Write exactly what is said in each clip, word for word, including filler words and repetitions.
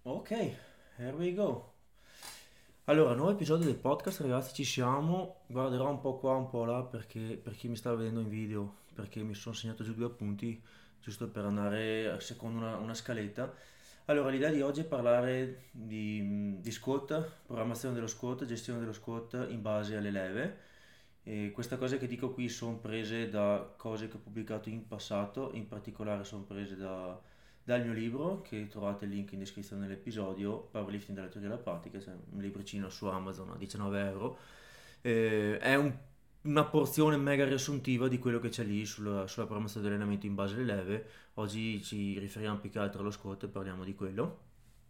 Ok, here we go. Allora, nuovo episodio del podcast, ragazzi, ci siamo. Guarderò un po' qua, un po' là perché per chi mi sta vedendo in video, perché mi sono segnato giù due appunti, giusto per andare secondo una, una scaletta. Allora, l'idea di oggi è parlare di, di squat, programmazione dello squat, gestione dello squat in base alle leve. E queste cose che dico qui sono prese da cose che ho pubblicato in passato, in particolare sono prese da dal mio libro, che trovate il link in descrizione dell'episodio, Powerlifting dalla teoria alla pratica, c'è un libricino su Amazon a diciannove euro. Eh, è un- una porzione mega riassuntiva di quello che c'è lì sulla, sulla programmazione dell'allenamento in base alle leve. Oggi ci riferiamo più che altro allo squat e parliamo di quello.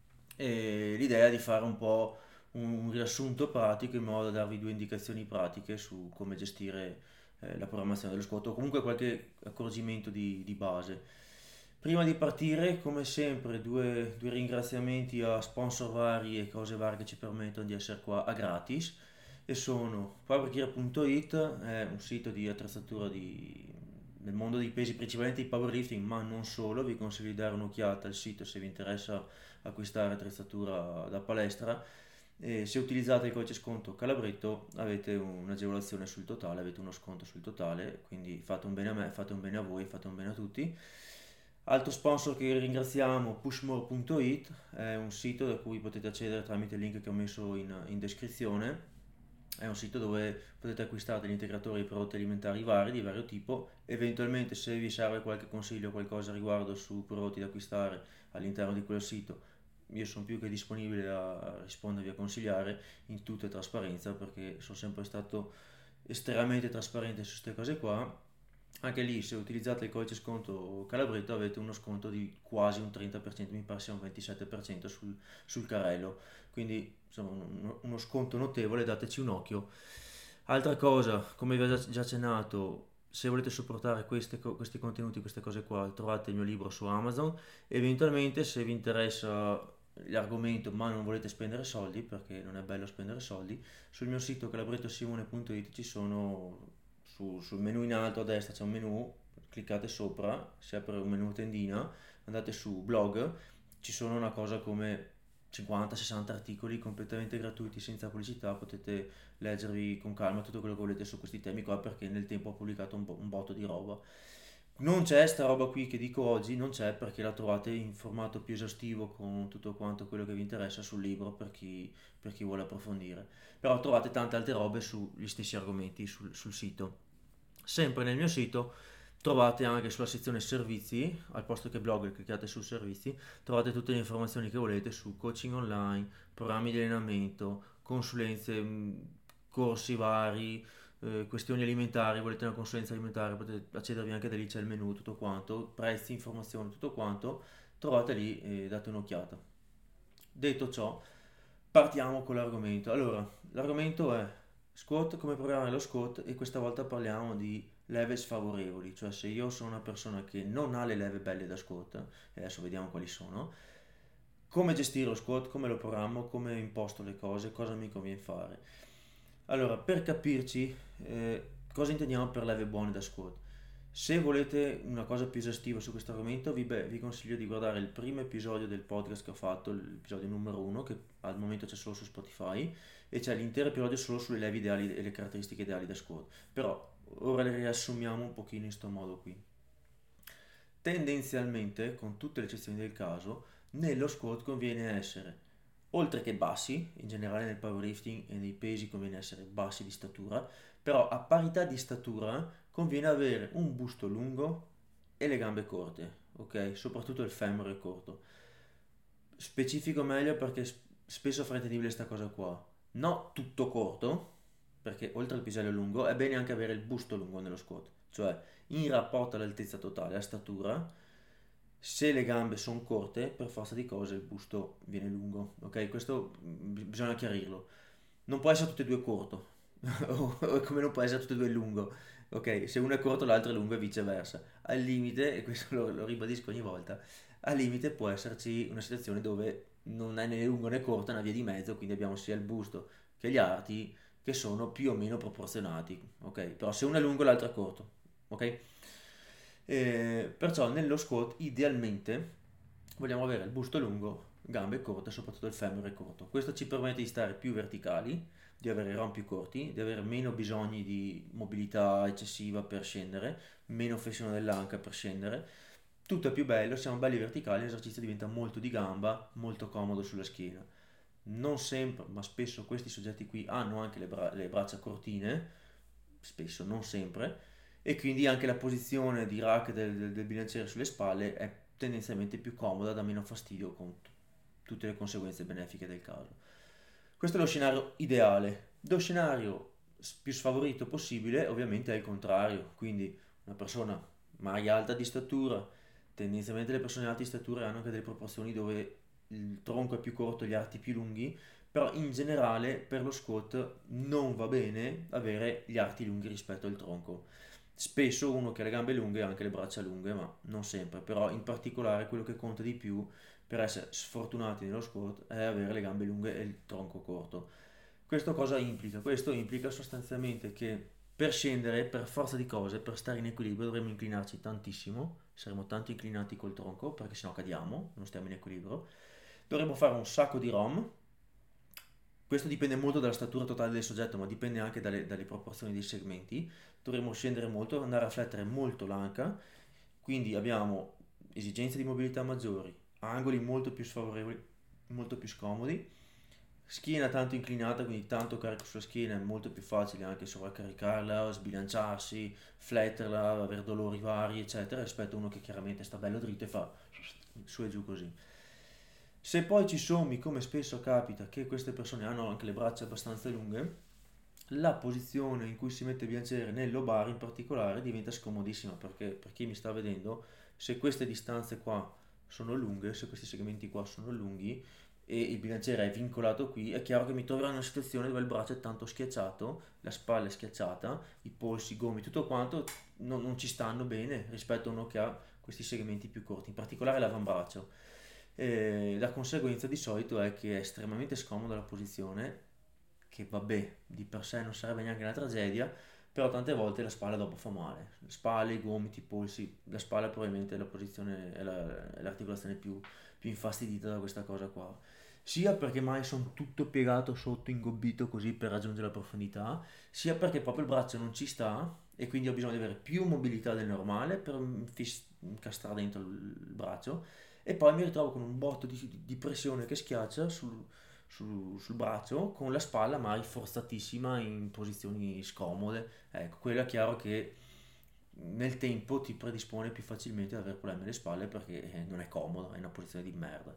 E l'idea è di fare un po' un riassunto pratico in modo da darvi due indicazioni pratiche su come gestire eh, la programmazione dello squat o comunque qualche accorgimento di, di base. Prima di partire, come sempre, due, due ringraziamenti a sponsor vari e cose varie che ci permettono di essere qua a gratis e sono powergear punto it, è un sito di attrezzatura di- nel mondo dei pesi, principalmente di powerlifting, ma non solo. Vi consiglio di dare un'occhiata al sito se vi interessa acquistare attrezzatura da palestra. E se utilizzate il codice sconto Calabretto avete un'agevolazione sul totale, avete uno sconto sul totale, quindi fate un bene a me, fate un bene a voi, fate un bene a tutti. Altro sponsor che ringraziamo, pushmore punto it, è un sito da cui potete accedere tramite il link che ho messo in, in descrizione. È un sito dove potete acquistare degli integratori di prodotti alimentari vari, di vario tipo. Eventualmente, se vi serve qualche consiglio o qualcosa riguardo su prodotti da acquistare all'interno di quel sito, io sono più che disponibile a rispondervi, a consigliare in tutta trasparenza, perché sono sempre stato estremamente trasparente su queste cose qua. Anche lì, se utilizzate il codice sconto Calabretto, avete uno sconto di quasi un trenta per cento, mi pare sia un ventisette per cento sul, sul carrello. Quindi, insomma, uno, uno sconto notevole, dateci un occhio. Altra cosa, come vi ho già, già accennato, se volete supportare queste co- questi contenuti, queste cose qua, trovate il mio libro su Amazon. Eventualmente, se vi interessa l'argomento ma non volete spendere soldi, perché non è bello spendere soldi, sul mio sito calabrettosimone punto it ci sono su- sul menu in alto a destra c'è un menu, cliccate sopra, si apre un menu tendina, andate su blog, ci sono una cosa come cinquanta sessanta articoli completamente gratuiti senza pubblicità, potete leggervi con calma tutto quello che volete su questi temi qua perché nel tempo ho pubblicato un, bo- un botto di roba. Non c'è sta roba qui che dico oggi, non c'è perché la trovate in formato più esaustivo con tutto quanto quello che vi interessa sul libro per chi, per chi vuole approfondire. Però trovate tante altre robe sugli stessi argomenti sul, sul sito. Sempre nel mio sito trovate anche sulla sezione servizi, al posto che blog cliccate su servizi, trovate tutte le informazioni che volete su coaching online, programmi di allenamento, consulenze, mh, corsi vari, eh, questioni alimentari, volete una consulenza alimentare, potete accedervi anche da lì, c'è il menu, tutto quanto, prezzi, informazioni, tutto quanto, trovate lì e date un'occhiata. Detto ciò, partiamo con l'argomento. Allora, l'argomento è squat, come programmare lo squat e questa volta parliamo di leve sfavorevoli, cioè se io sono una persona che non ha le leve belle da squat, e adesso vediamo quali sono, come gestire lo squat, come lo programmo, come imposto le cose, cosa mi conviene fare. Allora, per capirci, eh, cosa intendiamo per leve buone da squat? Se volete una cosa più esaustiva su questo argomento, vi, beh, vi consiglio di guardare il primo episodio del podcast che ho fatto, l'episodio numero uno, che al momento c'è solo su Spotify, e c'è l'intero episodio solo sulle leve ideali e le caratteristiche ideali da squat. Però ora le riassumiamo un pochino in sto modo qui. Tendenzialmente, con tutte le eccezioni del caso, nello squat conviene essere, oltre che bassi, in generale nel powerlifting e nei pesi conviene essere bassi di statura, però a parità di statura conviene avere un busto lungo e le gambe corte, ok? Soprattutto il femore corto. Specifico meglio perché s- spesso fraintendibile questa cosa qua. No tutto corto, perché oltre al pisello lungo è bene anche avere il busto lungo nello squat, cioè in rapporto all'altezza totale, a statura, se le gambe sono corte, per forza di cose il busto viene lungo, ok? Questo mm, bisogna chiarirlo. Non può essere tutte e due corto, o come non può essere tutte e due lungo, ok? Se uno è corto l'altro è lungo e viceversa. Al limite, e questo lo, lo ribadisco ogni volta, al limite può esserci una situazione dove non è né lungo né corto, è una via di mezzo, quindi abbiamo sia il busto che gli arti che sono più o meno proporzionati, ok? Però se uno è lungo l'altro è corto, ok? Eh, perciò nello squat idealmente vogliamo avere il busto lungo, gambe corte, soprattutto il femore corto. Questo ci permette di stare più verticali, di avere i rom più corti, di avere meno bisogni di mobilità eccessiva per scendere, meno flessione dell'anca per scendere. Tutto è più bello, siamo belli verticali, l'esercizio diventa molto di gamba, molto comodo sulla schiena. Non sempre, ma spesso questi soggetti qui hanno anche le, bra- le braccia cortine, spesso, non sempre, e quindi anche la posizione di rack del, del, del bilanciere sulle spalle è tendenzialmente più comoda, dà meno fastidio con t- tutte le conseguenze benefiche del caso. Questo è lo scenario ideale. Lo scenario s- più sfavorito possibile ovviamente è il contrario, quindi una persona maglia alta di statura, tendenzialmente le persone alte di statura hanno anche delle proporzioni dove il tronco è più corto, gli arti più lunghi, però in generale per lo squat non va bene avere gli arti lunghi rispetto al tronco. Spesso uno che ha le gambe lunghe ha anche le braccia lunghe, ma non sempre, però in particolare quello che conta di più per essere sfortunati nello squat è avere le gambe lunghe e il tronco corto. Questo cosa implica? Questo implica sostanzialmente che per scendere, per forza di cose, per stare in equilibrio dovremmo inclinarci tantissimo, saremo tanto inclinati col tronco perché sennò cadiamo, non stiamo in equilibrio. Dovremmo fare un sacco di rom. Questo dipende molto dalla statura totale del soggetto, ma dipende anche dalle, dalle proporzioni dei segmenti. Dovremmo scendere molto, andare a flettere molto l'anca, quindi abbiamo esigenze di mobilità maggiori, angoli molto più sfavorevoli, molto più scomodi, schiena tanto inclinata, quindi tanto carico sulla schiena, è molto più facile anche sovraccaricarla, sbilanciarsi, fletterla, avere dolori vari, eccetera, rispetto a uno che chiaramente sta bello dritto e fa su e giù così. Se poi ci sommi, come spesso capita, che queste persone hanno anche le braccia abbastanza lunghe, la posizione in cui si mette il bilanciere nel lobar in particolare diventa scomodissima perché per chi mi sta vedendo, se queste distanze qua sono lunghe, se questi segmenti qua sono lunghi e il bilanciere è vincolato qui, è chiaro che mi troverò in una situazione dove il braccio è tanto schiacciato, la spalla è schiacciata, i polsi, i gomiti, tutto quanto non, non ci stanno bene rispetto a uno che ha questi segmenti più corti, in particolare l'avambraccio. E la conseguenza di solito è che è estremamente scomoda la posizione, che vabbè, di per sé non sarebbe neanche una tragedia, però tante volte la spalla dopo fa male. Le spalle, i gomiti, i polsi, la spalla probabilmente è la posizione, è, la- è l'articolazione più, più infastidita da questa cosa qua. Sia perché mai sono tutto piegato sotto, ingobbito così per raggiungere la profondità, sia perché proprio il braccio non ci sta e quindi ho bisogno di avere più mobilità del normale per fis- incastrare dentro il braccio e poi mi ritrovo con un botto di, di pressione che schiaccia sul, sul, sul braccio con la spalla mai forzatissima in posizioni scomode. Ecco, quello è chiaro che nel tempo ti predispone più facilmente ad avere problemi alle spalle perché eh, non è comodo, è una posizione di merda.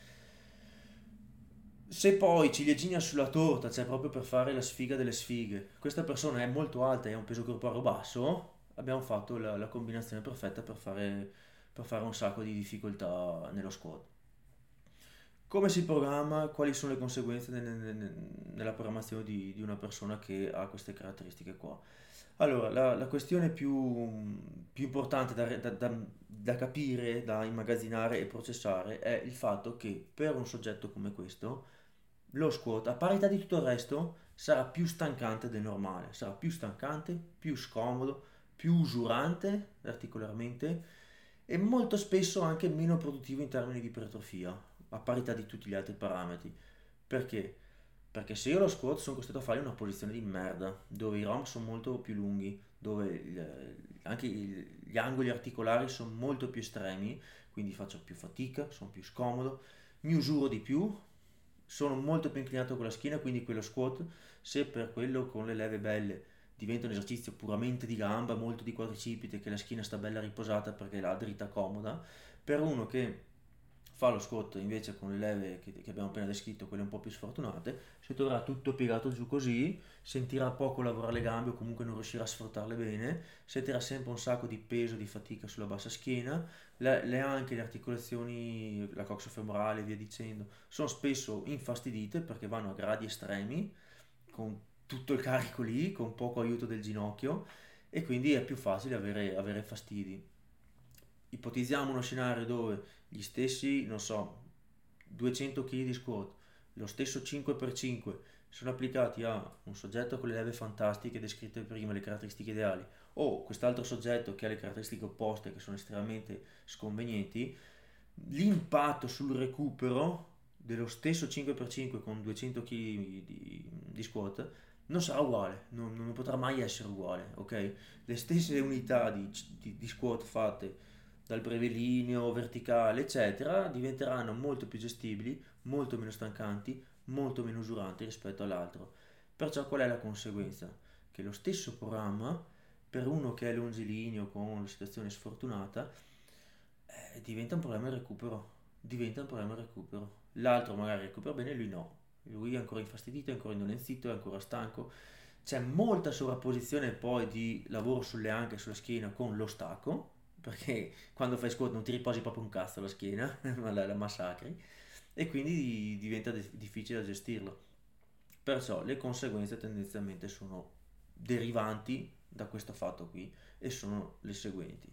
Se poi ciliegina sulla torta, cioè proprio per fare la sfiga delle sfighe, questa persona è molto alta e ha un peso corporeo basso, abbiamo fatto la, la combinazione perfetta per fare, per fare un sacco di difficoltà nello squat. Come si programma? Quali sono le conseguenze nel- nel- nella programmazione di, di una persona che ha queste caratteristiche qua? Allora, la, la questione più, più importante da, da- da- da capire, da immagazzinare e processare è il fatto che per un soggetto come questo, lo squat, a parità di tutto il resto, sarà più stancante del normale, sarà più stancante, più scomodo, più usurante articolarmente e molto spesso anche meno produttivo in termini di ipertrofia, a parità di tutti gli altri parametri. Perché? Perché se io lo squat sono costretto a fare una posizione di merda, dove i rom sono molto più lunghi, dove il- anche il- gli angoli articolari sono molto più estremi, quindi faccio più fatica, sono più scomodo, mi usuro di più, sono molto più inclinato con la schiena, quindi quello squat, se per quello con le leve belle diventa un esercizio puramente di gamba, molto di quadricipite, che la schiena sta bella riposata perché la dritta comoda, per uno che fa lo squat invece con le leve che, che abbiamo appena descritto, quelle un po' più sfortunate, si troverà tutto piegato giù così, sentirà poco lavorare le gambe o comunque non riuscirà a sfruttarle bene, sentirà sempre un sacco di peso, di fatica sulla bassa schiena, le, le anche le articolazioni, la coxofemorale e via dicendo, sono spesso infastidite perché vanno a gradi estremi, con tutto il carico lì, con poco aiuto del ginocchio e quindi è più facile avere, avere fastidi. Ipotizziamo uno scenario dove gli stessi, non so, duecento chili di squat, lo stesso cinque per cinque sono applicati a un soggetto con le leve fantastiche descritte prima, le caratteristiche ideali, o quest'altro soggetto che ha le caratteristiche opposte che sono estremamente sconvenienti, l'impatto sul recupero dello stesso cinque per cinque con duecento chili di, di squat non sarà uguale, non, non potrà mai essere uguale, ok? Le stesse unità di, di, di squat fatte dal brevelineo, verticale, eccetera, diventeranno molto più gestibili, molto meno stancanti, molto meno usuranti rispetto all'altro. Perciò qual è la conseguenza? Che lo stesso programma, per uno che è longilineo con una situazione sfortunata, eh, diventa un problema il recupero. Diventa un problema il recupero. L'altro magari recupera bene, lui no. Lui è ancora infastidito, è ancora indolenzito, è ancora stanco. C'è molta sovrapposizione poi di lavoro sulle anche e sulla schiena con lo stacco, perché quando fai squat non ti riposi proprio un cazzo la schiena, ma la, la massacri, e quindi diventa de- difficile da gestirlo. Perciò le conseguenze tendenzialmente sono derivanti da questo fatto qui e sono le seguenti.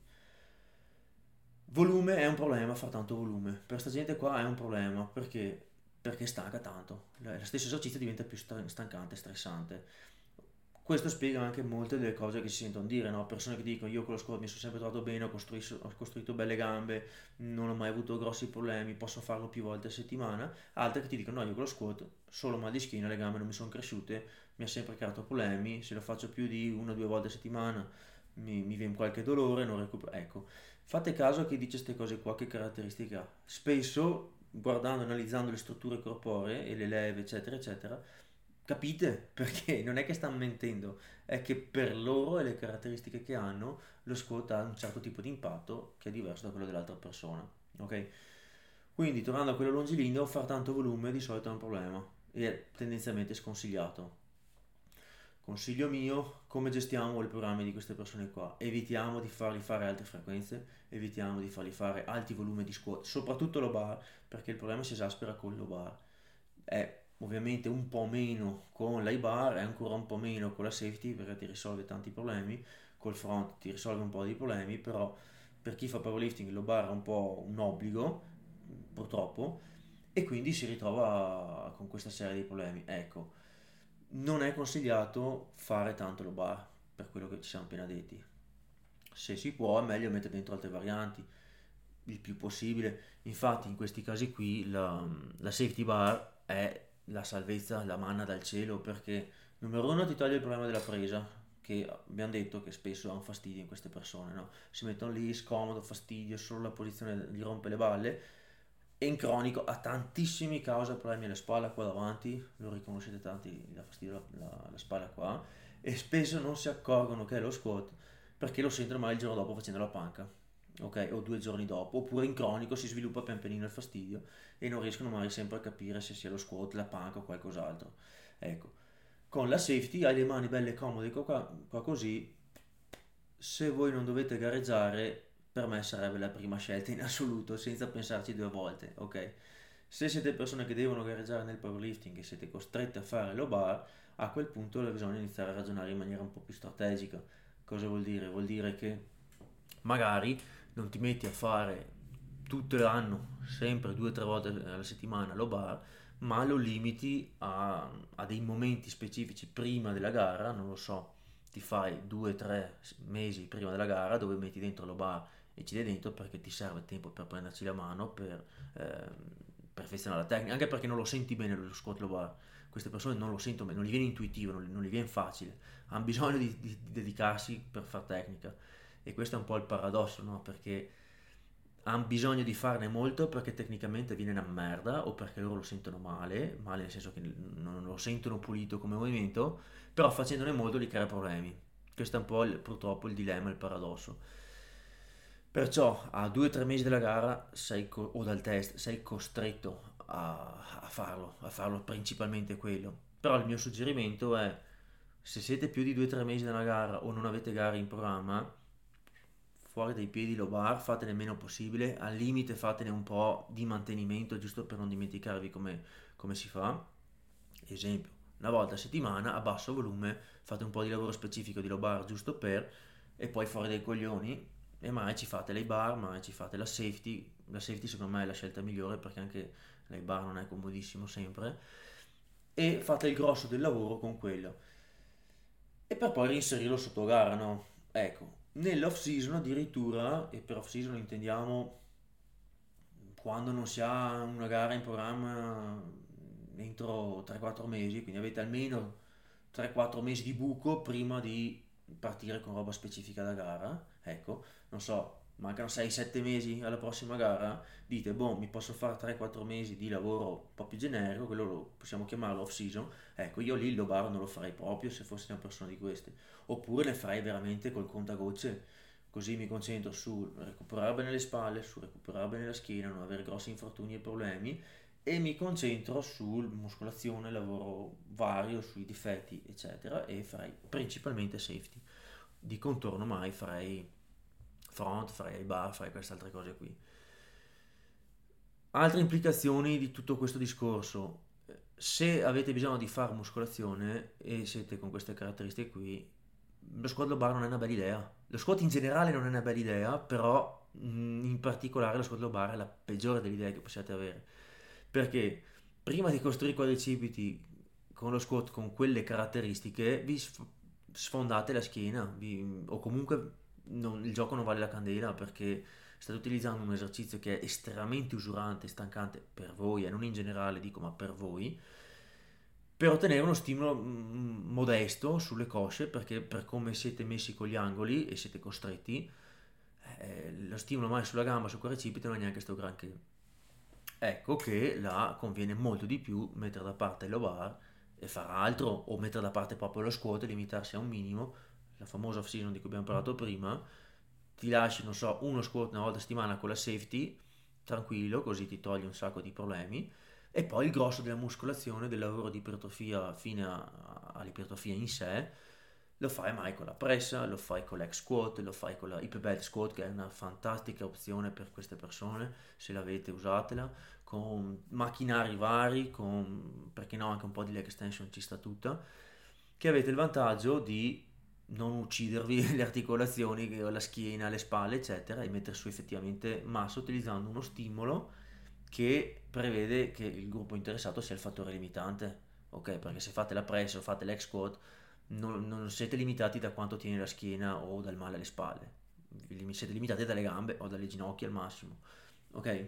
Volume è un problema, far tanto volume. Per questa gente qua è un problema perché, perché stanca tanto. Lo stesso esercizio diventa più sta- stancante, stressante. Questo spiega anche molte delle cose che si sentono dire, no? Persone che dicono io con lo squat mi sono sempre trovato bene, ho costruito, ho costruito belle gambe, non ho mai avuto grossi problemi, posso farlo più volte a settimana. Altre che ti dicono no, io con lo squat solo mal di schiena, le gambe non mi sono cresciute, mi ha sempre creato problemi, se lo faccio più di una o due volte a settimana mi, mi viene qualche dolore, non recupero. Ecco, fate caso a chi dice queste cose qua, che caratteristiche ha. Spesso, guardando, analizzando le strutture corporee e le leve, eccetera, eccetera, capite? Perché non è che stanno mentendo, è che per loro e le caratteristiche che hanno, lo squat ha un certo tipo di impatto che è diverso da quello dell'altra persona. Ok? Quindi, tornando a quello longilineo, far tanto volume di solito è un problema e è tendenzialmente sconsigliato. Consiglio mio, come gestiamo i programmi di queste persone qua? Evitiamo di farli fare alte frequenze, evitiamo di farli fare alti volumi di squat, soprattutto low bar, perché il problema si esaspera con il low bar. È ovviamente un po' meno con l'high bar, è ancora un po' meno con la safety perché ti risolve tanti problemi, col front ti risolve un po' di problemi, però per chi fa powerlifting il low bar è un po' un obbligo, purtroppo, e quindi si ritrova con questa serie di problemi. Ecco, non è consigliato fare tanto low bar, per quello che ci siamo appena detti. Se si può è meglio mettere dentro altre varianti, il più possibile. Infatti in questi casi qui la, la safety bar è la salvezza, la manna dal cielo, perché numero uno ti toglie il problema della presa, che abbiamo detto che spesso ha un fastidio in queste persone, no? Si mettono lì, scomodo, fastidio, solo la posizione gli rompe le balle. E in cronico ha tantissimi cause problemi alla spalla qua davanti, lo riconoscete tanti, dà fastidio la, la, la spalla qua, e spesso non si accorgono che è lo squat perché lo sentono male il giorno dopo facendo la panca, ok? O due giorni dopo, oppure in cronico si sviluppa pian pianino il fastidio e non riescono mai sempre a capire se sia lo squat, la panca o qualcos'altro. Ecco, con la safety hai le mani belle comode qua, qua così, se voi non dovete gareggiare, per me sarebbe la prima scelta in assoluto, senza pensarci due volte, ok? Se siete persone che devono gareggiare nel powerlifting e siete costretti a fare low bar, a quel punto bisogna iniziare a ragionare in maniera un po' più strategica. Cosa vuol dire? Vuol dire che magari non ti metti a fare tutto l'anno, sempre due o tre volte alla settimana low bar, ma lo limiti a, a dei momenti specifici prima della gara, non lo so, ti fai due o tre mesi prima della gara dove metti dentro lo bar e ci dai dentro perché ti serve tempo per prenderci la mano, per eh, perfezionare la tecnica, anche perché non lo senti bene lo squat low bar. Queste persone non lo sentono bene, non gli viene intuitivo, non, non gli viene facile, hanno bisogno di, di, di dedicarsi per far tecnica. E questo è un po' il paradosso, no? Perché hanno bisogno di farne molto perché tecnicamente viene una merda o perché loro lo sentono male, male nel senso che non lo sentono pulito come movimento, però facendone molto gli crea problemi. Questo è un po' il- purtroppo il dilemma, il paradosso. Perciò a due o tre mesi dalla gara sei co- o dal test sei costretto a, a farlo, a farlo principalmente quello. Però il mio suggerimento è se siete più di due o tre mesi dalla gara o non avete gare in programma, fuori dai piedi low bar, fatene il meno possibile, al limite fatene un po' di mantenimento giusto per non dimenticarvi come, come si fa. Esempio, una volta a settimana a basso volume fate un po' di lavoro specifico di low bar giusto per, e poi fuori dai coglioni e mai ci fate le bar, mai ci fate la safety. La safety secondo me è la scelta migliore perché anche le bar non è comodissimo sempre, e fate il grosso del lavoro con quello e per poi reinserirlo sotto gara, no? Ecco, nell'off season addirittura, e per off season intendiamo quando non si ha una gara in programma entro tre quattro mesi, quindi avete almeno tre quattro mesi di buco prima di partire con roba specifica da gara, ecco, non so, mancano sei sette mesi alla prossima gara, dite, boh, mi posso fare tre quattro mesi di lavoro un po' più generico, quello lo possiamo chiamarlo off season, ecco, io lì il lobar non lo farei proprio se fossi una persona di queste, oppure ne farei veramente col contagocce, così mi concentro su recuperare bene le spalle, su recuperare bene la schiena, non avere grossi infortuni e problemi e mi concentro su muscolazione, lavoro vario, sui difetti, eccetera, e farei principalmente safety. Di contorno mai farei front, farei bar, farei queste altre cose qui. Altre implicazioni di tutto questo discorso. Se avete bisogno di fare muscolazione e siete con queste caratteristiche qui, lo squat low bar non è una bella idea. Lo squat in generale non è una bella idea, però mh, in particolare lo squat low bar è la peggiore delle idee che possiate avere. Perché prima di costruire i quadricipiti con lo squat con quelle caratteristiche, vi sf- sfondate la schiena, vi- o comunque non- il gioco non vale la candela perché state utilizzando un esercizio che è estremamente usurante e stancante per voi, e non in generale dico, ma per voi, per ottenere uno stimolo mm, modesto sulle cosce, perché per come siete messi con gli angoli e siete costretti, eh, lo stimolo mai sulla gamba, sul quadricipite non è neanche sto granché. Ecco che là conviene molto di più mettere da parte il low bar e fare altro, o mettere da parte proprio lo squat e limitarsi a un minimo, la famosa off season di cui abbiamo parlato prima, ti lasci, non so, uno squat una volta a settimana con la safety, tranquillo, così ti togli un sacco di problemi, e poi il grosso della muscolazione, del lavoro di ipertrofia fine a- all'ipertrofia in sé, lo fai mai con la pressa, lo fai con l'ex squat, lo fai con la hip belt squat, che è una fantastica opzione per queste persone, se l'avete usatela, con macchinari vari, con, perché no, anche un po' di leg extension ci sta tutta, che avete il vantaggio di non uccidervi le articolazioni, la schiena, le spalle, eccetera, e mettere su effettivamente massa utilizzando uno stimolo che prevede che il gruppo interessato sia il fattore limitante, ok? Perché se fate la press o fate l'ex squat non, non siete limitati da quanto tiene la schiena o dal male alle spalle, siete limitati dalle gambe o dalle ginocchia al massimo, ok?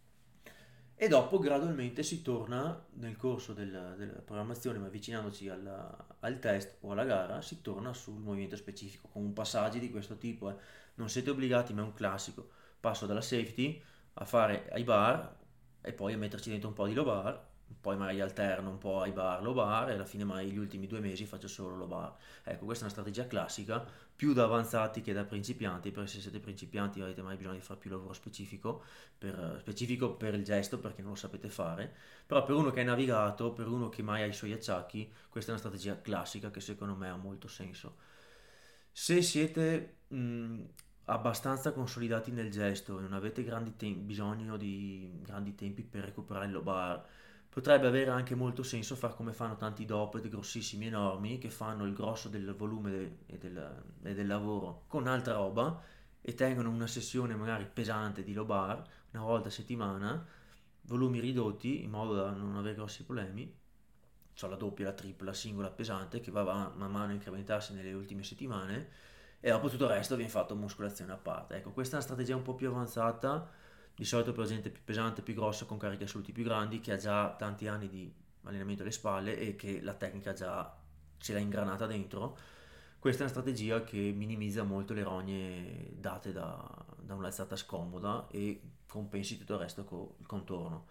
E dopo gradualmente si torna nel corso del- della programmazione, ma avvicinandoci alla- al test o alla gara, si torna sul movimento specifico, con passaggi di questo tipo. eh. Non siete obbligati, ma è un classico. Passo dalla safety a fare ai bar e poi a metterci dentro un po' di low bar, poi magari alterno un po' ai bar, low bar e alla fine magari gli ultimi due mesi faccio solo low bar. Ecco, questa è una strategia classica, più da avanzati che da principianti, perché se siete principianti non avete mai bisogno di fare più lavoro specifico per, specifico per il gesto perché non lo sapete fare, però per uno che è navigato, per uno che mai ha i suoi acciacchi, questa è una strategia classica che secondo me ha molto senso. Se siete mh, abbastanza consolidati nel gesto e non avete grandi tem- bisogno di grandi tempi per recuperare il low bar, potrebbe avere anche molto senso fare come fanno tanti doped grossissimi, enormi, che fanno il grosso del volume de- e, del, e del lavoro con altra roba e tengono una sessione magari pesante di low bar una volta a settimana, volumi ridotti in modo da non avere grossi problemi. C'ho la doppia, la tripla, la singola pesante che va va- man mano a incrementarsi nelle ultime settimane e dopo tutto il resto viene fatto muscolazione a parte. Ecco, questa è una strategia un po' più avanzata, di solito per la gente più pesante, più grossa, con cariche assoluti più grandi, che ha già tanti anni di allenamento alle spalle e che la tecnica già ce l'ha ingranata dentro. Questa è una strategia che minimizza molto le rogne date da, da un'alzata scomoda e compensi tutto il resto con il contorno.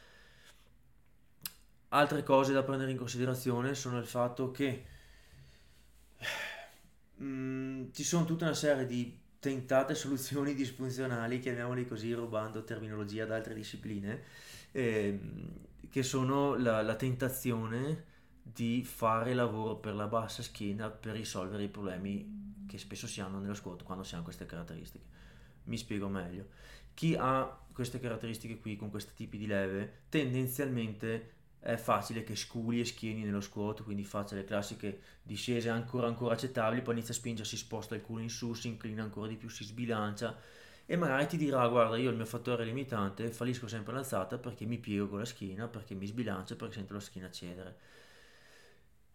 Altre cose da prendere in considerazione sono il fatto che mm, ci sono tutta una serie di tentate soluzioni disfunzionali, chiamiamoli così, rubando terminologia da altre discipline, ehm, che sono la, la tentazione di fare lavoro per la bassa schiena per risolvere i problemi che spesso si hanno nello squat quando si hanno queste caratteristiche. Mi spiego meglio. Chi ha queste caratteristiche qui con questi tipi di leve tendenzialmente è facile che sculi e schieni nello squat, quindi faccia le classiche discese ancora ancora accettabili, poi inizia a spingere, si sposta il culo in su, si inclina ancora di più, si sbilancia e magari ti dirà guarda io il mio fattore limitante fallisco sempre l'alzata perché mi piego con la schiena, perché mi sbilancio, perché sento la schiena cedere.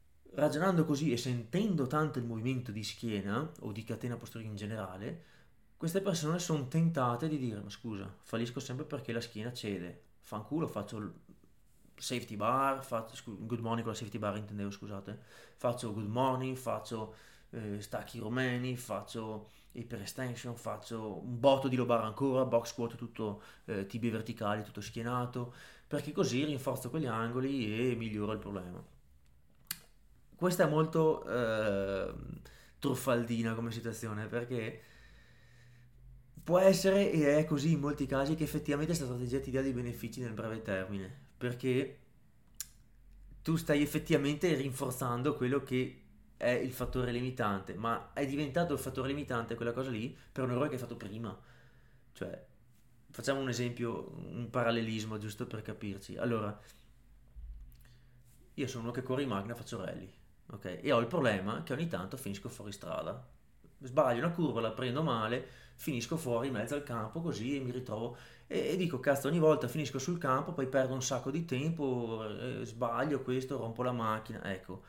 Ragionando così e sentendo tanto il movimento di schiena o di catena posteriore in generale, queste persone sono tentate di dire, ma scusa, fallisco sempre perché la schiena cede, fanculo, faccio il safety bar, faccio, scu- good morning con la safety bar intendevo, scusate, faccio good morning, faccio eh, stacchi romeni, faccio hyper extension, faccio un botto di low bar ancora, box squat tutto eh, tibie verticali, tutto schienato, perché così rinforzo quegli angoli e miglioro il problema. Questa è molto eh, truffaldina come situazione perché può essere e è così in molti casi che effettivamente questa strategia ti dia dei benefici nel breve termine perché tu stai effettivamente rinforzando quello che è il fattore limitante, ma è diventato il fattore limitante quella cosa lì per un errore che hai fatto prima. Cioè, facciamo un esempio, un parallelismo giusto per capirci. Allora, io sono uno che corre in macchina, faccio rally, ok? E ho il problema che ogni tanto finisco fuori strada. Sbaglio una curva, la prendo male, finisco fuori in mezzo al campo così e mi ritrovo e, e dico, cazzo, ogni volta finisco sul campo, poi perdo un sacco di tempo, eh, sbaglio questo, rompo la macchina, ecco.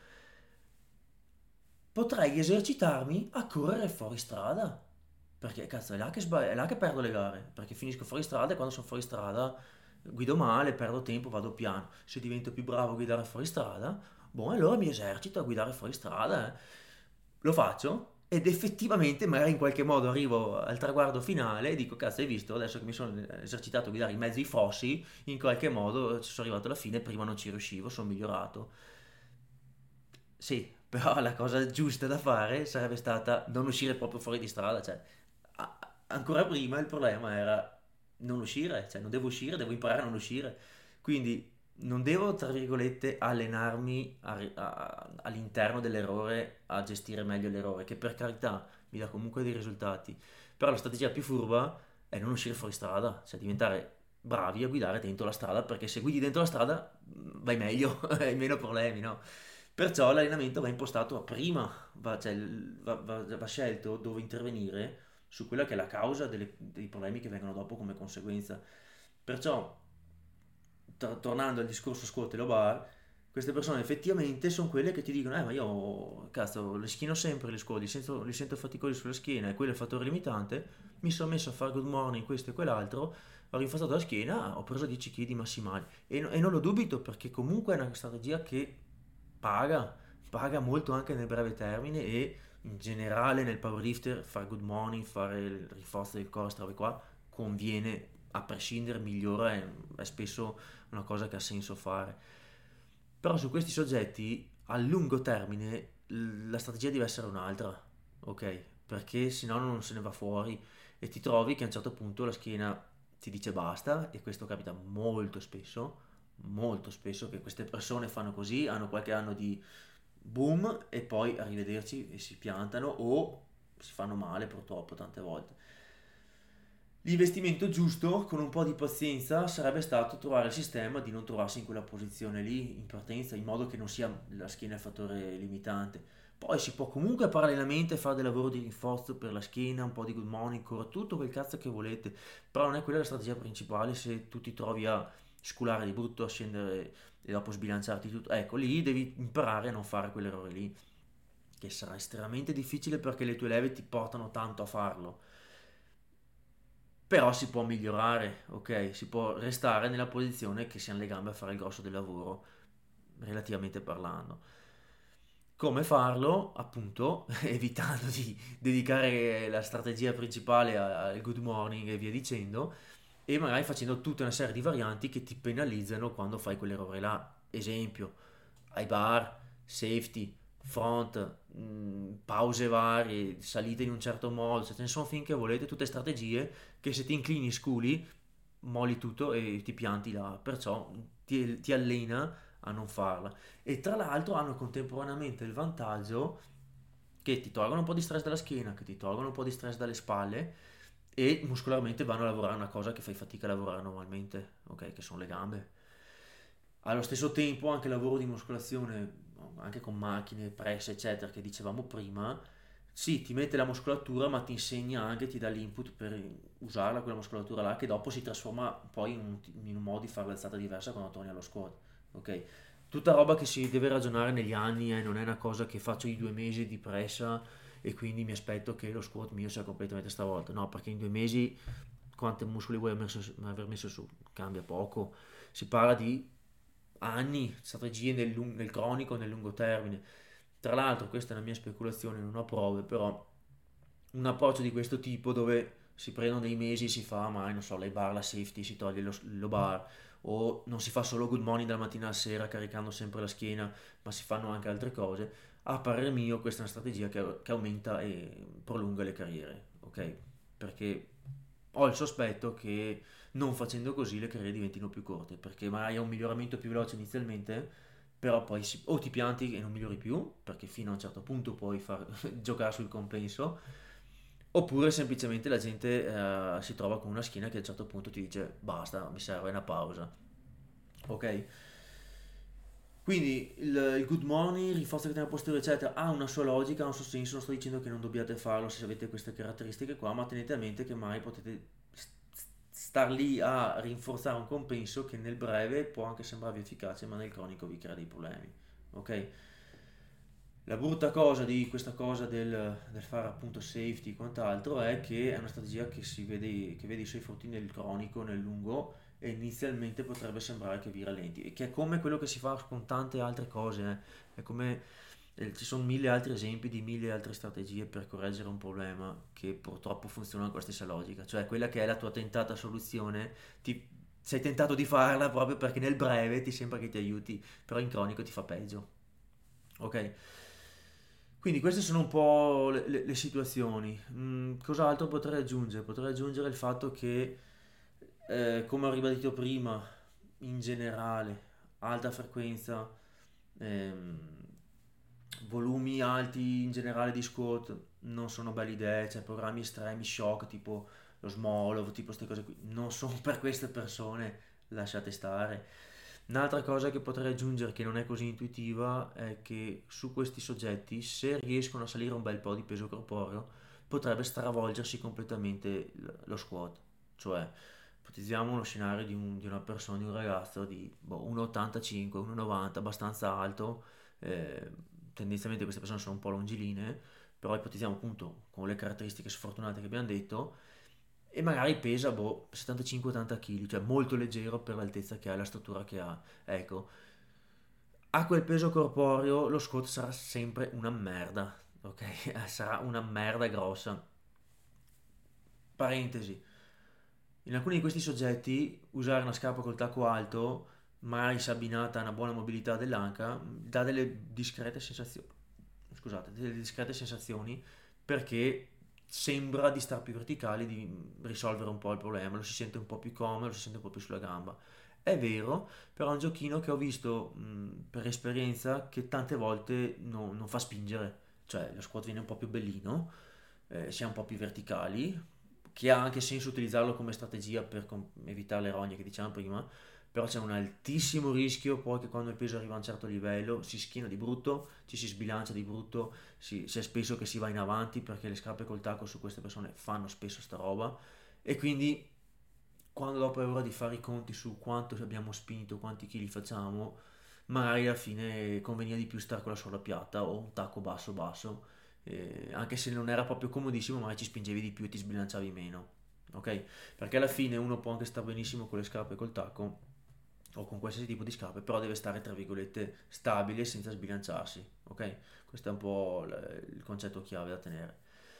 Potrei esercitarmi a correre fuori strada. Perché cazzo, è là che, sba- è là che perdo le gare. Perché finisco fuori strada e quando sono fuori strada guido male, perdo tempo, vado piano. Se divento più bravo a guidare fuori strada, boh, allora mi esercito a guidare fuori strada. eh. Lo faccio ed effettivamente magari in qualche modo arrivo al traguardo finale e dico, cazzo, hai visto, adesso che mi sono esercitato a guidare in mezzo ai fossi, in qualche modo ci sono arrivato alla fine, prima non ci riuscivo, sono migliorato. Sì, però la cosa giusta da fare sarebbe stata non uscire proprio fuori di strada, cioè a- ancora prima il problema era non uscire, cioè non devo uscire, devo imparare a non uscire. Quindi non devo, tra virgolette, allenarmi a ri- a- a- all'interno dell'errore a gestire meglio l'errore, che per carità mi dà comunque dei risultati. Però la strategia più furba è non uscire fuori strada, cioè diventare bravi a guidare dentro la strada, perché se guidi dentro la strada mh, vai meglio, hai meno problemi, no? Perciò l'allenamento va impostato prima, va, cioè, il- va- va- va scelto dove intervenire su quella che è la causa delle- dei problemi che vengono dopo come conseguenza. Perciò, tor- tornando al discorso squat e low bar, queste persone effettivamente sono quelle che ti dicono, eh ma io, cazzo, le schino sempre le squat, li sento, li sento faticosi sulla schiena e quello è il fattore limitante, mi sono messo a fare good morning, questo e quell'altro, ho rinforzato la schiena, ho preso dieci chili massimali e, no- e non lo dubito perché comunque è una strategia che paga, paga molto anche nel breve termine e in generale nel powerlifter fare good morning, fare il rinforzo del core, queste robe qua, conviene a prescindere, migliora, è, è spesso una cosa che ha senso fare. Però su questi soggetti a lungo termine l- la strategia deve essere un'altra, ok? Perché se no non se ne va fuori e ti trovi che a un certo punto la schiena ti dice basta e questo capita molto spesso, molto spesso che queste persone fanno così, hanno qualche anno di boom e poi arrivederci e si piantano o si fanno male purtroppo tante volte. L'investimento giusto, con un po' di pazienza, sarebbe stato trovare il sistema di non trovarsi in quella posizione lì in partenza, in modo che non sia la schiena il fattore limitante. Poi si può comunque parallelamente fare del lavoro di rinforzo per la schiena, un po' di good morning, core, tutto quel cazzo che volete, però non è quella la strategia principale se tu ti trovi a sculare di brutto, a scendere e dopo sbilanciarti tutto. Ecco, lì devi imparare a non fare quell'errore lì, che sarà estremamente difficile perché le tue leve ti portano tanto a farlo. Però si può migliorare, ok? Si può restare nella posizione che si hanno le gambe a fare il grosso del lavoro, relativamente parlando. Come farlo? Appunto, evitando di dedicare la strategia principale a- al good morning e via dicendo, e magari facendo tutta una serie di varianti che ti penalizzano quando fai quell'errore là. Esempio, ai bar, safety, front, mh, pause varie, salite in un certo modo, se ce ne sono finché volete, tutte strategie che se ti inclini sculi, molli tutto e ti pianti là, perciò ti, ti allena a non farla. E tra l'altro hanno contemporaneamente il vantaggio che ti tolgono un po' di stress dalla schiena, che ti tolgono un po' di stress dalle spalle e muscolarmente vanno a lavorare una cosa che fai fatica a lavorare normalmente, ok? Che sono le gambe. Allo stesso tempo anche il lavoro di muscolazione, anche con macchine, press, eccetera, che dicevamo prima, sì, ti mette la muscolatura, ma ti insegna anche, ti dà l'input per usarla, quella muscolatura là, che dopo si trasforma poi in un, in un modo di fare l'alzata diversa quando torni allo squat, ok? Tutta roba che si deve ragionare negli anni, eh, non è una cosa che faccio i due mesi di pressa e quindi mi aspetto che lo squat mio sia completamente stravolto. No, perché in due mesi quanti muscoli vuoi aver messo, aver messo su? Cambia poco. Si parla di anni, strategie nel, lung- nel cronico, nel lungo termine. Tra l'altro, questa è una mia speculazione, non ho prove, però un approccio di questo tipo dove si prendono dei mesi, si fa, mai non so, lei bar, la safety, si toglie lo, lo bar, o non si fa solo good morning dalla mattina alla sera caricando sempre la schiena, ma si fanno anche altre cose. A parer mio, questa è una strategia che, che aumenta e prolunga le carriere, ok? Perché ho il sospetto che non facendo così le carriere diventino più corte, perché magari è un miglioramento più veloce inizialmente, però poi si- o ti pianti e non migliori più, perché fino a un certo punto puoi far giocare sul compenso, oppure semplicemente la gente eh, si trova con una schiena che a un certo punto ti dice basta, mi serve una pausa, ok? Quindi il, il good morning, rinforza il catena posteriore, eccetera, ha una sua logica, ha un suo senso. Non sto dicendo che non dobbiate farlo se avete queste caratteristiche qua, ma tenete a mente che mai potete st- star lì a rinforzare un compenso che nel breve può anche sembrarvi efficace, ma nel cronico vi crea dei problemi. Ok? La brutta cosa di questa cosa del, del fare appunto safety e quant'altro è che è una strategia che si vede, che vede i suoi frutti nel cronico, nel lungo, e inizialmente potrebbe sembrare che vi rallenti, e che è come quello che si fa con tante altre cose, eh. È come eh, ci sono mille altri esempi di mille altre strategie per correggere un problema che purtroppo funzionano con la stessa logica, cioè quella che è la tua tentata soluzione, ti, sei tentato di farla proprio perché nel breve ti sembra che ti aiuti, però in cronico ti fa peggio, ok? Quindi queste sono un po' le, le- le situazioni. Mm, cos'altro potrei aggiungere? Potrei aggiungere il fatto che, eh, come ho ribadito prima, in generale, alta frequenza, ehm, volumi alti in generale di squat non sono belle idee, cioè programmi estremi, shock, tipo lo Smolov, tipo queste cose qui, non sono per queste persone, lasciate stare. Un'altra cosa che potrei aggiungere che non è così intuitiva è che su questi soggetti, se riescono a salire un bel po' di peso corporeo, potrebbe stravolgersi completamente l- lo squat. Cioè, ipotizziamo uno scenario di, un- di una persona, di un ragazzo di boh, uno virgola ottantacinque, uno virgola novanta, abbastanza alto, eh, tendenzialmente queste persone sono un po' longilinee, però ipotizziamo appunto con le caratteristiche sfortunate che abbiamo detto, e magari pesa boh, settantacinque ottanta kg, cioè molto leggero per l'altezza che ha e la struttura che ha. Ecco, a quel peso corporeo lo squat sarà sempre una merda, ok? Sarà una merda grossa. Parentesi, in alcuni di questi soggetti usare una scarpa col tacco alto, magari se abbinata a una buona mobilità dell'anca, dà delle discrete sensazioni. Scusate, delle discrete sensazioni perché sembra di star più verticali, di risolvere un po' il problema, lo si sente un po' più comodo, lo si sente un po' più sulla gamba. È vero, però è un giochino che ho visto mh, per esperienza che tante volte no- non fa spingere, cioè lo squat viene un po' più bellino, eh, si è un po' più verticali, che ha anche senso utilizzarlo come strategia per com- evitare le rogne che dicevamo prima, però c'è un altissimo rischio poi che quando il peso arriva a un certo livello si schiena di brutto, ci si sbilancia di brutto, si, c'è spesso che si va in avanti perché le scarpe col tacco su queste persone fanno spesso sta roba, e quindi quando dopo è ora di fare i conti su quanto abbiamo spinto, quanti chili facciamo, magari alla fine conveniva di più stare con la suola piatta o un tacco basso basso, eh, anche se non era proprio comodissimo, magari ci spingevi di più e ti sbilanciavi meno, ok? Perché alla fine uno può anche stare benissimo con le scarpe col tacco o con qualsiasi tipo di scarpe, però deve stare tra virgolette stabile senza sbilanciarsi, ok? Questo è un po' il il concetto chiave da tenere.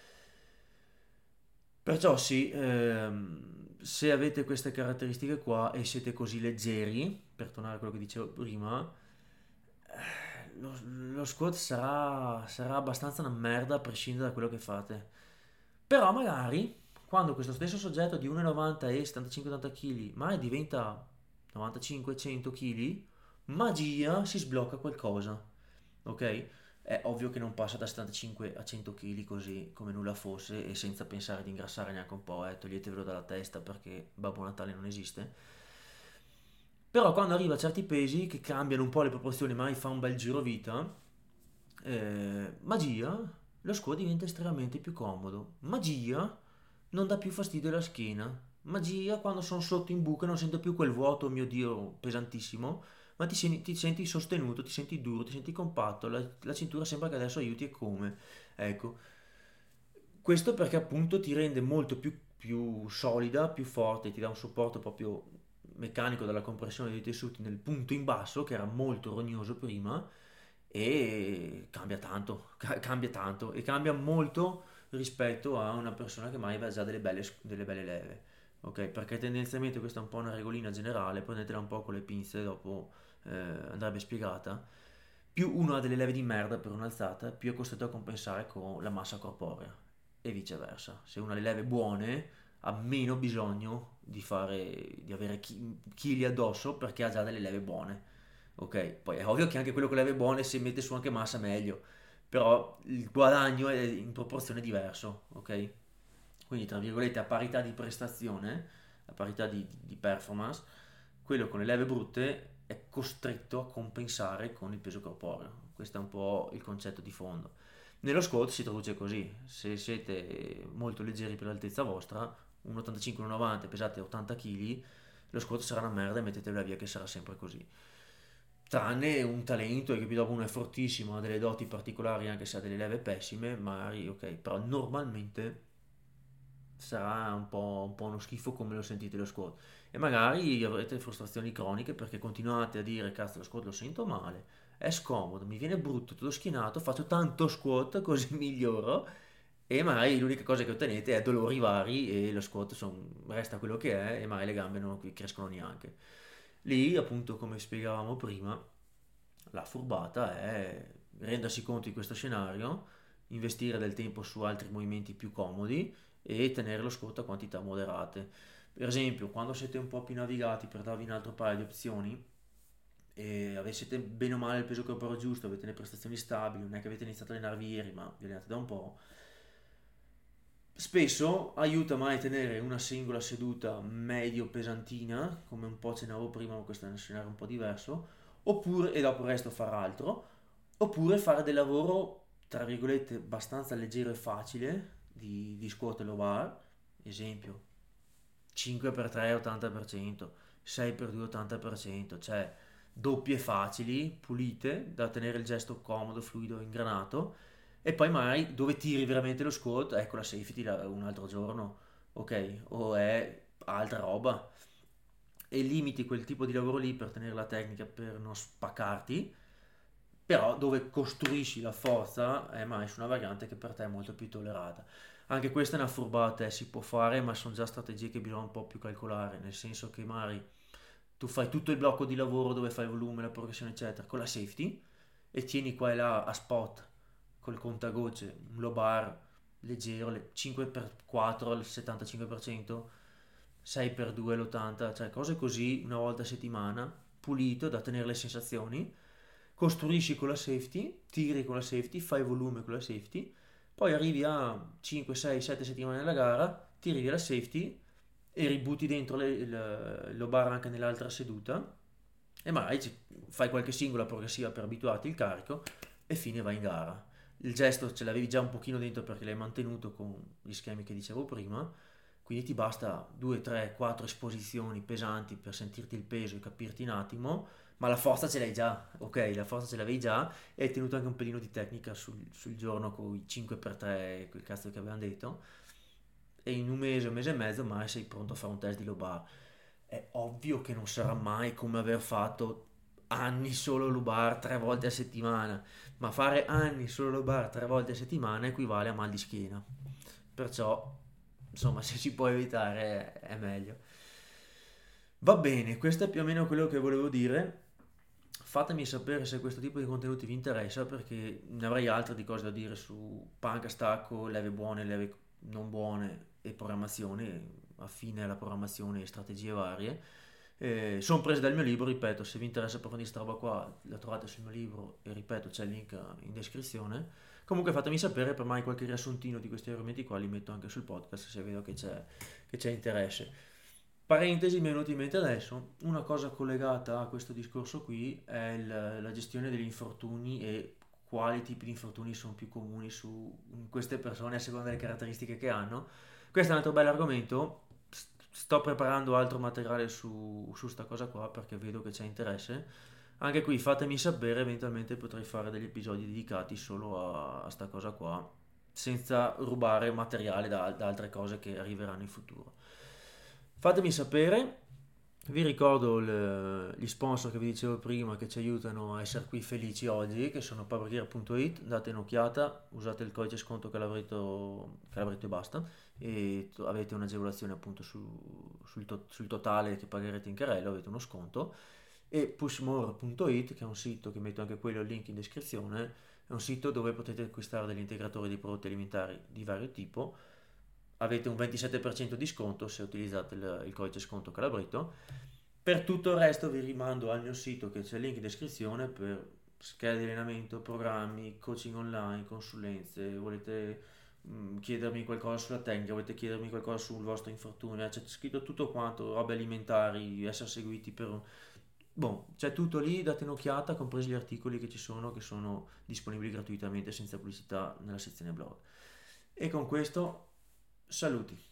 Perciò sì, ehm, se avete queste caratteristiche qua e siete così leggeri, per tornare a quello che dicevo prima, eh, lo, lo squat sarà, sarà abbastanza una merda a prescindere da quello che fate. Però magari, quando questo stesso soggetto di uno virgola novanta e settantacinque ottanta kg, magari diventa novantacinque cento kg, magia, si sblocca qualcosa, ok? È ovvio che non passa da settantacinque a cento kg così come nulla fosse e senza pensare di ingrassare neanche un po', eh, toglietevelo dalla testa perché Babbo Natale non esiste. Però quando arriva a certi pesi che cambiano un po' le proporzioni, magari fa un bel giro vita, eh, magia, lo squat diventa estremamente più comodo. Magia, non dà più fastidio alla schiena. Magia, quando sono sotto in buca non sento più quel vuoto, mio Dio, pesantissimo, ma ti, sen- ti senti sostenuto, ti senti duro, ti senti compatto, la, la cintura sembra che adesso aiuti e come. Ecco. Questo perché appunto ti rende molto più, più solida, più forte, ti dà un supporto proprio meccanico dalla compressione dei tessuti nel punto in basso, che era molto rognoso prima, e cambia tanto, ca- cambia tanto e cambia molto rispetto a una persona che mai aveva già delle belle, delle belle leve. Ok, perché tendenzialmente questa è un po' una regolina generale, prendetela un po' con le pinze, dopo eh, andrebbe spiegata. Più uno ha delle leve di merda per un'alzata, più è costretto a compensare con la massa corporea e viceversa. Se uno ha le leve buone, ha meno bisogno di fare, di avere chi- chili addosso perché ha già delle leve buone. Ok, poi è ovvio che anche quello con le leve buone, se mette su anche massa, meglio, però il guadagno è in proporzione diverso, ok? Quindi, tra virgolette, a parità di prestazione, a parità di, di performance, quello con le leve brutte è costretto a compensare con il peso corporeo. Questo è un po' il concetto di fondo. Nello squat si traduce così: se siete molto leggeri per l'altezza vostra, uno virgola ottantacinque uno virgola novanta, pesate ottanta chili, lo squat sarà una merda e mettetelo via che sarà sempre così. Tranne un talento, e che dopo uno è fortissimo, ha delle doti particolari anche se ha delle leve pessime, magari ok, però normalmente sarà un po', un po' uno schifo come lo sentite lo squat. E magari avrete frustrazioni croniche perché continuate a dire cazzo lo squat lo sento male, è scomodo, mi viene brutto, tutto schinato, faccio tanto squat così miglioro e magari l'unica cosa che ottenete è dolori vari e lo squat son- resta quello che è e magari le gambe non crescono neanche. Lì appunto come spiegavamo prima, la furbata è rendersi conto di questo scenario, investire del tempo su altri movimenti più comodi e tenere lo squat a quantità moderate. Per esempio, quando siete un po' più navigati, per darvi un altro paio di opzioni, e avete bene o male il peso corporeo giusto, avete le prestazioni stabili, non è che avete iniziato a allenarvi ieri, ma vi allenate da un po', spesso aiuta mai a tenere una singola seduta medio pesantina, come un po' accennavo prima, ma questo è un scenario un po' diverso, oppure, e dopo il resto far altro, oppure fare del lavoro, tra virgolette, abbastanza leggero e facile di, di squat e low bar, esempio cinque per tre ottanta per cento, sei per due ottanta per cento, cioè doppie facili, pulite, da tenere il gesto comodo, fluido, ingranato, e poi magari dove tiri veramente lo squat, ecco la safety la- un altro giorno, ok? O è altra roba. E limiti quel tipo di lavoro lì per tenere la tecnica, per non spaccarti, però dove costruisci la forza è mai su una variante che per te è molto più tollerata. Anche questa è una furbata, eh, si può fare, ma sono già strategie che bisogna un po' più calcolare, nel senso che magari tu fai tutto il blocco di lavoro dove fai il volume, la progressione, eccetera, con la safety e tieni qua e là a spot col contagocce, un low bar leggero, le cinque per quattro al settantacinque per cento, sei per due all'ottanta per cento, cioè cose così una volta a settimana, pulito da tenere le sensazioni, costruisci con la safety, tiri con la safety, fai volume con la safety, poi arrivi a cinque, sei, sette settimane della gara, tiri via la safety e ributti dentro le- il, il low bar anche nell'altra seduta e magari ci- fai qualche singola progressiva per abituarti il carico e fine vai in gara. Il gesto ce l'avevi già un pochino dentro perché l'hai mantenuto con gli schemi che dicevo prima, quindi ti basta due, tre, quattro esposizioni pesanti per sentirti il peso e capirti un attimo, ma la forza ce l'hai già, ok? La forza ce l'avevi già e hai tenuto anche un pelino di tecnica sul, sul giorno con i cinque per tre, quel cazzo che avevamo detto, e in un mese, un mese e mezzo, mai sei pronto a fare un test di low bar. È ovvio che non sarà mai come aver fatto anni solo low bar tre volte a settimana, ma fare anni solo low bar tre volte a settimana equivale a mal di schiena. Perciò, insomma, se si può evitare è meglio. Va bene, questo è più o meno quello che volevo dire. Fatemi sapere se questo tipo di contenuti vi interessa perché ne avrei altre di cose da dire su panca, stacco, leve buone, leve non buone e programmazione, affine alla programmazione e strategie varie. Eh, sono prese dal mio libro, ripeto, se vi interessa approfondire questa roba qua la trovate sul mio libro e ripeto c'è il link in descrizione. Comunque fatemi sapere per mai qualche riassuntino di questi argomenti qua li metto anche sul podcast se vedo che c'è, che c'è interesse. Parentesi, mi è venuto in mente adesso, una cosa collegata a questo discorso qui è il- la gestione degli infortuni e quali tipi di infortuni sono più comuni su in queste persone a seconda delle caratteristiche che hanno. Questo è un altro bel argomento, s- sto preparando altro materiale su, su sta cosa qua perché vedo che c'è interesse. Anche qui fatemi sapere, eventualmente potrei fare degli episodi dedicati solo a, a sta cosa qua senza rubare materiale da, da altre cose che arriveranno in futuro. Fatemi sapere. Vi ricordo il- gli sponsor che vi dicevo prima che ci aiutano a essere qui felici oggi, che sono powergear punto it. Date un'occhiata, usate il codice sconto Calabretto, Calabretto e basta, e to- avete un'agevolazione appunto su- sul, to- sul totale che pagherete in carrello, avete uno sconto. E pushmore punto it, che è un sito, che metto anche quello il link in descrizione, è un sito dove potete acquistare degli integratori di prodotti alimentari di vario tipo. Avete un ventisette per cento di sconto se utilizzate il, il codice sconto Calabretto. Per tutto il resto vi rimando al mio sito, che c'è il link in descrizione, per schede di allenamento, programmi, coaching online, consulenze. Volete mh, chiedermi qualcosa sulla tecnica, volete chiedermi qualcosa sul vostro infortunio, eh, c'è scritto tutto quanto, robe alimentari, essere seguiti per... Boh, c'è tutto lì, date un'occhiata, compresi gli articoli che ci sono, che sono disponibili gratuitamente senza pubblicità nella sezione blog. E con questo, saluti.